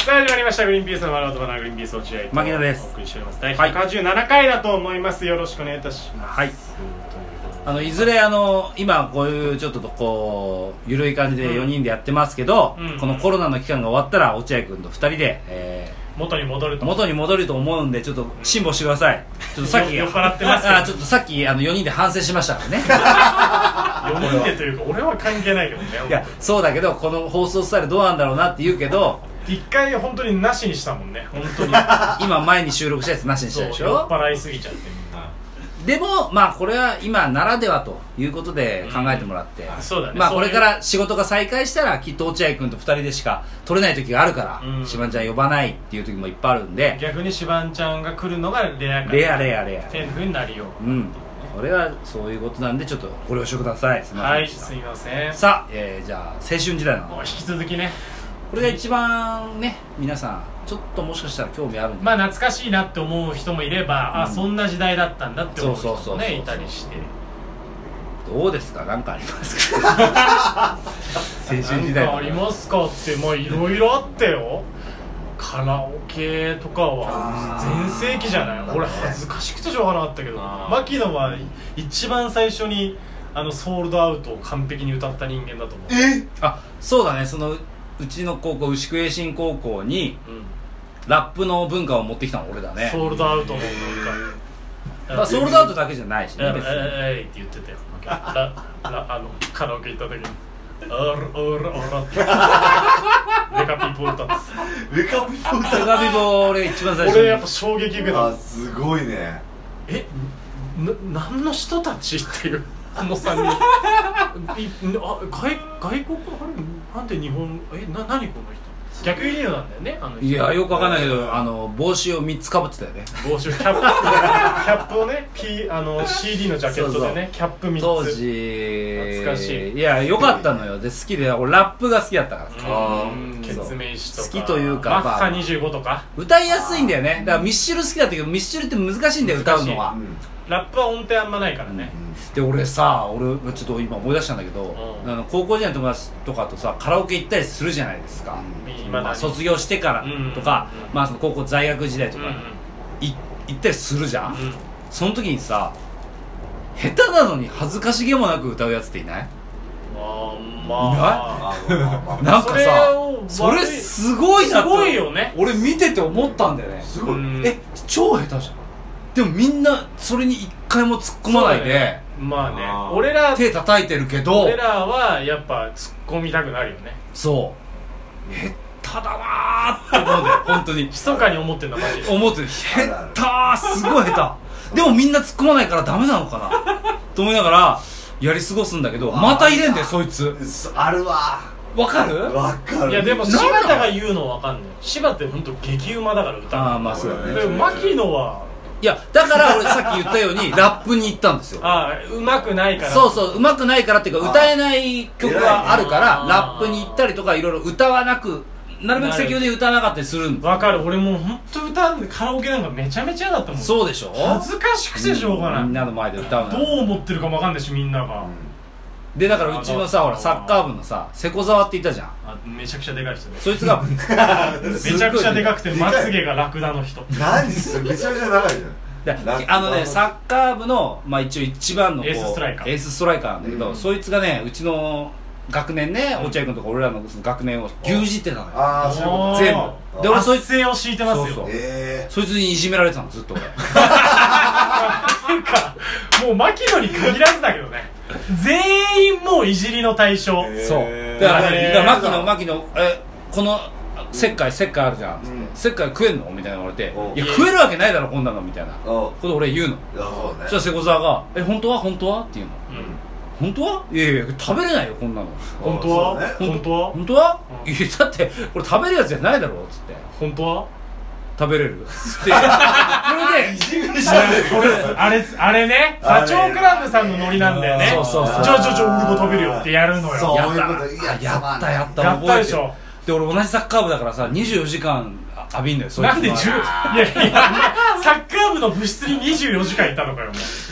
さあ始まりましたグリーンピースの丸言葉のグリーンピース落合と牧野です。 お送りしております。第187回だと思います。よろしくお願いいたします。 はい。いずれ今こういうちょっとこう緩い感じで4人でやってますけど、このコロナの期間が終わったら落合君と2人で、 元に戻ると思うんでちょっと辛抱してください。ちょっとさっき酔っ払ってますけどちょっとさっき4人で反省しましたからね。 4人でというか俺は関係ないけどね。 いやそうだけどこの放送スタイルどうなんだろうなって言うけど一回本当になしにしたもんね。本当に今前に収録したやつなしにしたでしょ。 酔っ払いすぎちゃってみんな。 でもまあこれは今ならではということで考えてもらって、 そうだね。 まあこれから仕事が再開したらきっと落合君と2人でしか取れない時があるから、しばんちゃん呼ばないっていう時もいっぱいあるんで、 逆にしばんちゃんが来るのがレアっていう風になるよ。 これはそういうことなんでちょっとご了承ください。すみません。 はい、すみません。 さあ、じゃあ青春時代の引き続きね、 これが一番ね皆さんちょっともしかしたら興味あるんで、 まあ懐かしいなって思う人もいれば、あそんな時代だったんだって思う人もねいたりして、 どうですか、なんかありますか？青春時代なんかありますかって、まあいろいろあったよ。カラオケとかは全盛期じゃない。俺恥ずかしくてしょうがなかったけど、牧野は一番最初にソールドアウトを完璧に歌った人間だと思う。 あ、そうだね。うちの高校牛久栄新高校に、ラップの文化を持ってきたの俺だね。 ソールドアウトの文化、 まあ、ソールドアウトだけじゃないしね。 別にって言ってたよ。カラオケ行った時にオラってレカピーポー歌ってレカピポ俺一番最初に俺やっぱ衝撃受けた。 あ、すごいね。 何の人たちっていうこの3人外国なんで日本何この人逆輸入なんだよね。 いやよくわかんないけど帽子を3つかぶってたよね。 帽子キャップをね、CD のジャケットでね、キャップ3つ当時懐かしい。 いやよかったのよ。で好きで俺ラップが好きだったからケツメイシとか好きというかマッハ25とか歌いやすいんだよね。だからミッシル好きだったけどミッシルって難しいんだよ歌うのは。 ラップは音程あんまないからね。 で俺ちょっと今思い出したんだけど、高校時代の友達とかとさカラオケ行ったりするじゃないですか。まあ、卒業してからとか、まあ、その高校在学時代とか行ったりするじゃん。その時にさ下手なのに恥ずかしげもなく歌うやつっていない？なんかさそれすごいなって。 すごいよね。 俺見てて思ったんだよね。 すごい。 超下手じゃん。でもみんなそれに一回も突っ込まないで、 まあね、俺ら手叩いてるけど俺らはやっぱ突っ込みたくなるよね。 そう下手だなーって思うんだよ本当に密かに思ってんだマジで。 思ってる。下手すごい下手でもみんな突っ込まないからダメなのかなと思いながらやり過ごすんだけど、また入れんだよそいつ。 あるわ。 わかる？ わかる。 いやでも柴田が言うのはわかんない。柴田って本当激うまだから歌う。 まあそうだね。 でも牧野はいやだから俺さっき言ったようにラップに行ったんですよ。 うまくないから。 そううまくないからっていうか歌えない曲があるからラップに行ったりとかいろいろ歌わなくなるべく積極的に歌わなかったりするんだ。 わかる。俺もう本当歌うカラオケなんかめちゃめちゃ嫌だったもん。 そうでしょ。 恥ずかしくてしょうがない。 みんなの前で歌うのどう思ってるかもわかんないしみんなが。 でだからうちのさほらサッカー部のさ瀬古沢っていたじゃん。 めちゃくちゃでかい人ね。 そいつがめちゃくちゃでかくてまつげがラクダの人。 何それめちゃめちゃ長いじゃん。 サッカー部の、まあ、一番のエースストライカーなんだけど、そいつがねうちの学年ね、落合君とか俺らの学年を牛耳ってたのよ。全部で俺そいつを敷いてますよ。 そいつにいじめられてたのずっと俺。 なんかもう牧野に限らずだけどね全員もういじりの対象。 そうだから牧野この石灰あるじゃんっつって石灰食えんのみたいな言われて、いや食えるわけないだろこんなのみたいなこと俺言うの。そしたら瀬古沢が本当はって言うの。本当は？いやいや食べれないよこんなの。 本当は？ いやだってこれ食べるやつじゃないだろっつって。 本当は？ 食べれるっつってこれであれねダチョウ倶楽部さんのノリなんだよね。 そうじゃあ俺も食べるよってやるのよ。 やったでしょ。で俺同じサッカー部だからさ24時間浴びんのよ。 なんでいやサッカー部の部室に24時間いたのかよ。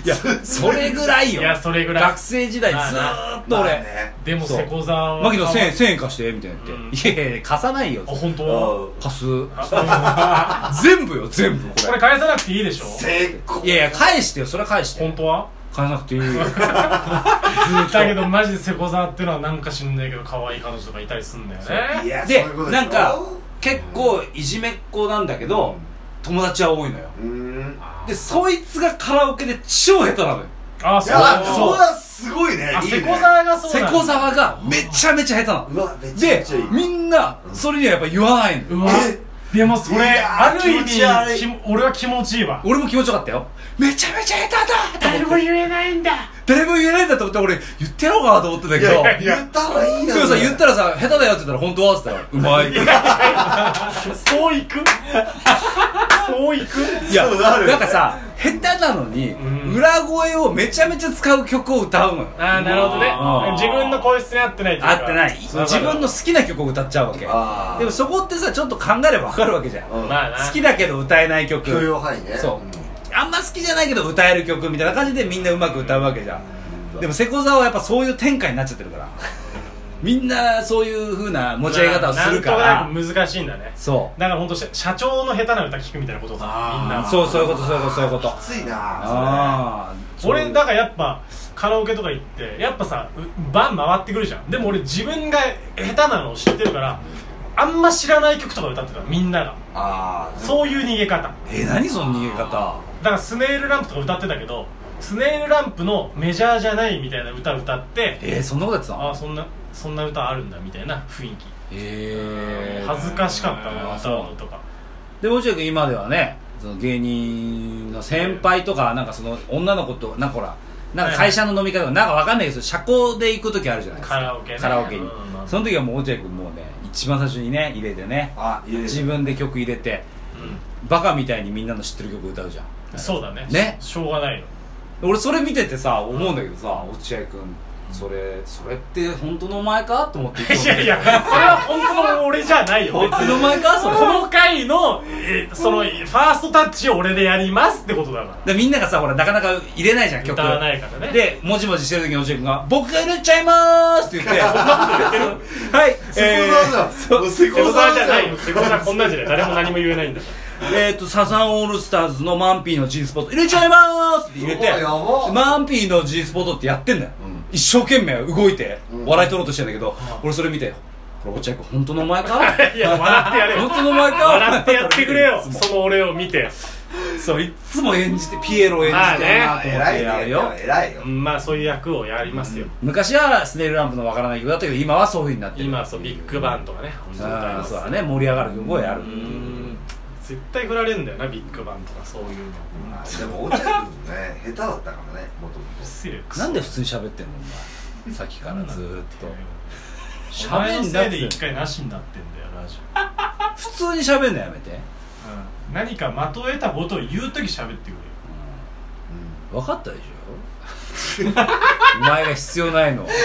いやそれぐらいよ。 いやそれぐらい学生時代ずーっと俺、 でも瀬古沢は牧野1000円貸してみたいな言って、いやいや貸さないよ。 本当は貸す全部よ全部これ返さなくていいでしょ。 いやいや返してよ、それは返して。 本当は返さなくていいよだけどマジで瀬古沢っていうのはなんか知んないけど可愛い彼女とかいたりすんだよね。 でなんか結構いじめっ子なんだけど、友達は多いのよ。でそいつがカラオケで超下手なのよ。 あ、そうはすごいね。 瀬古沢がそう瀬古沢がめちゃめちゃ下手なの。でみんなそれにはやっぱ言わないの。 でもそれある意味俺は気持ちいいわ。 俺も気持ちよかったよ。めちゃめちゃ下手だ。 誰も言えないんだ。 誰も言えないんだと思って俺言ってやろうかなと思ってたけど、 言った方がいいな。 でもさ言ったらさ下手だよって言ったら本当はって言ったらうまい。 そういくそういく。 いやなんかさ下手なのに裏声をめちゃめちゃ使う曲を歌うのよ。 ああなるほどね。自分の声質に合ってないっていうか。 合ってない。自分の好きな曲を歌っちゃうわけ。でもそこってさちょっと考えれば分かるわけじゃん。好きだけど歌えない曲。 許容範囲ね。 そう。あんま好きじゃないけど歌える曲みたいな感じでみんなうまく歌うわけじゃん。でも瀬古沢はやっぱそういう展開になっちゃってるからみんなそういう風な持ち上げ方をするから、 なんとなく難しいんだね。 そうだから本当社長の下手な歌聞くみたいなことさ、みんなそういうこときついな。 俺だからやっぱカラオケとか行ってやっぱさバン回ってくるじゃん。でも俺自分が下手なのを知ってるからあんま知らない曲とか歌ってたみんなが。そういう逃げ方。 何その逃げ方。 だからスネールランプとか歌ってたけどスネールランプのメジャーじゃないみたいな歌歌ってそんなことやってたの。 あそんな歌あるんだみたいな雰囲気。恥ずかしかったな歌うのとか。 で落合君今ではねその芸人の先輩とかなんかその女の子となんかほらなんか会社の飲み会とかなんかわかんないけど社交で行く時あるじゃないですか。カラオケにその時はもう落合君もうね一番最初にね入れてね自分で曲入れてバカみたいにみんなの知ってる曲歌うじゃん。 そうだね。しょうがないの。 俺それ見ててさ思うんだけどさ落合君それって本当のお前かと思って。 いやいやそれは本当の俺じゃないよ。 本当のお前かそれ。 この回のそのファーストタッチを俺でやりますってことだから。 でみんながさほらなかなか入れないじゃん曲。 歌わないからね。 でもじもじしてる時に落合君が僕が入れちゃいまーすって言ってそんなこと言ってる。はい瀬古沢じゃないよ。瀬古沢こんなんじゃない。誰も何も言えないんだから。 サザンオールスターズのマンピーの G スポット入れちゃいまーすって入れてマンピーの G スポットってやってんだよ。一生懸命動いて笑い取ろうとしてんだけど俺それ見てこれ落合君本当のお前か。 いや笑ってやれよ。 本当のお前か。 笑ってやってくれよその俺を見て。 そういつも演じてピエロを演じてるなと思ってやるよ。 偉いよ。 まあそういう役をやりますよ。 昔はスネールランプのわからない曲だったけど今はそういう風になってる。 今はそうビッグバンとかね。 そうだね盛り上がる曲をやる。 絶対振られるんだよなビッグバンとかそういうの。 でも落合君ね下手だったからね元々。 なんで普通に喋ってんのお前さっきからずーっと喋んだって一回なしになってんだよラジオ。普通に喋んのやめて。 何か的を得たことを言うとき喋ってくれよ。 分かったでしょお前が必要ないの。 ひ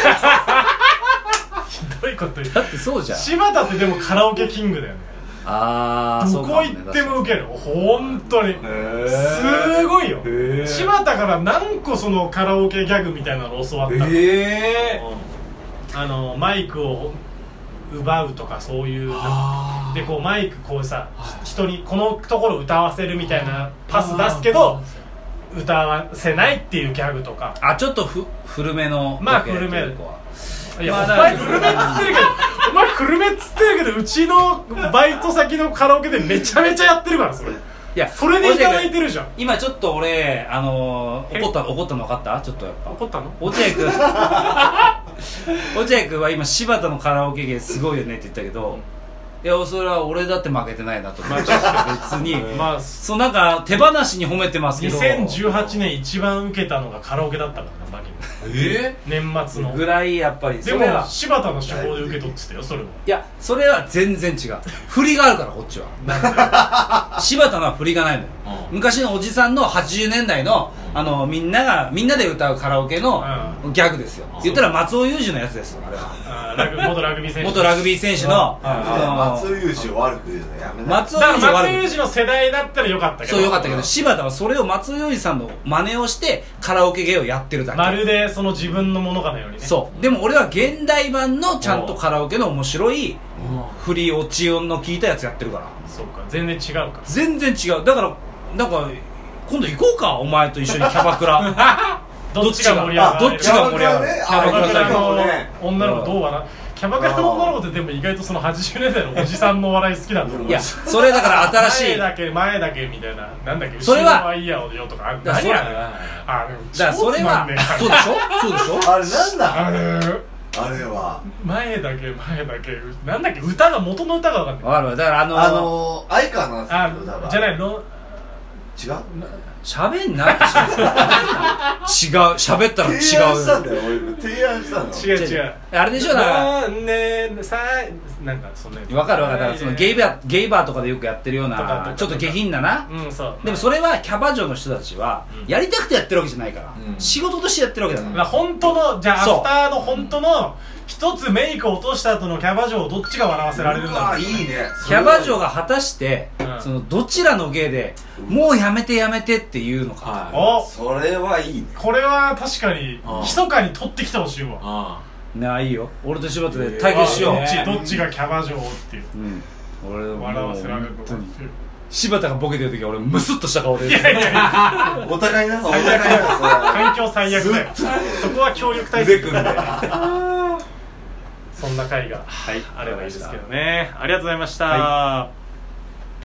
どいこと言う。 だってそうじゃん。 柴田ってでもカラオケキングだよね。どこ行ってもウケる。本当にすごいよ。柴田から何個そのカラオケギャグみたいなの教わったの。マイクを奪うとかそういうでこうマイクこうさ人にこのところ歌わせるみたいなパス出すけど歌わせないっていうギャグとか。 ちょっと古めの。 まあ古め。いやお前古めっつってるけどお前古めっつってるけどうちのバイト先のカラオケでめちゃめちゃやってるからそれ。いやそれでいただいてるじゃん。 今ちょっと俺怒ったの分かった。ちょっとやっぱ怒ったの落合君は今柴田のカラオケ芸すごいよねって言ったけどいやそれは俺だって負けてないなと思って別にそうなんか手放しに褒めてますけど 2018年一番受けたのがカラオケだったからなマリン。年末のぐらいやっぱり。 でも柴田の手法で受け取ってたよそれは。 いやそれは全然違う。振りがあるからこっちは。柴田のは振りがないのよ。 昔のおじさんの80年代のみんなで歌うカラオケのギャグですよ。言ったら松尾裕二のやつですよ、あれは。 元ラグビー選手。 元ラグビー選手の松尾裕二を悪く言うのやめな。 松尾裕二の世代だったらよかったけど。 そうよかったけど、柴田はそれを松尾裕二さんの真似をしてカラオケ芸をやってるだけ。 まるでその自分のものかのようにね。 そう。でも俺は現代版のちゃんとカラオケの面白い振り落ち音の効いたやつやってるから。 そうか、全然違うか。 全然違う。だからなんか今度行こうか、お前と一緒にキャバクラ。 どっちが盛り上がる。 どっちが盛り上がる。 キャバクラの女の子どうはな。キャバクラの女の子ってでも意外とその80年代のおじさんの笑い好きなんだろう。 いや、それだから新しい前だけみたいな、なんだっけ、 それは後ろはいいやよとかある。何やねん。だからそれはそうでしょ、そうでしょ。 あれなんだあれは前だけなんだっけ、歌が元の歌が分かんない。 わかる。だから相川なんですよ。 じゃないの。 違う。 喋んなって違う、喋ったら違う。 提案したんだよ、俺提案したの。 違うあれでしょ、だからなんかそんなやつ。 分かる分かる。だからそのゲイバーとかでよくやってるようなちょっと下品なな。でもそれはキャバ嬢の人たちはやりたくてやってるわけじゃないから、仕事としてやってるわけだから。 本当のじゃあアフターの本当の一つメイクを落とした後のキャバ嬢をどっちが笑わせられるんだろう。 いいね。 キャバ嬢が果たしてそのどちらの芸でもうやめてっていうのか。 それはいいね。 これは確かに密かに取ってきてほしいわ。 ねあ、いいよ。俺と柴田で対決しよう。 どっちがキャバ嬢っていう。 俺笑わせられるのか。 柴田がボケてる時は俺ムスッとした顔で。 いやお互いな。 環境最悪だよ。そこは協力体制組んで。そんな回があればいいですけどね。ありがとうございました。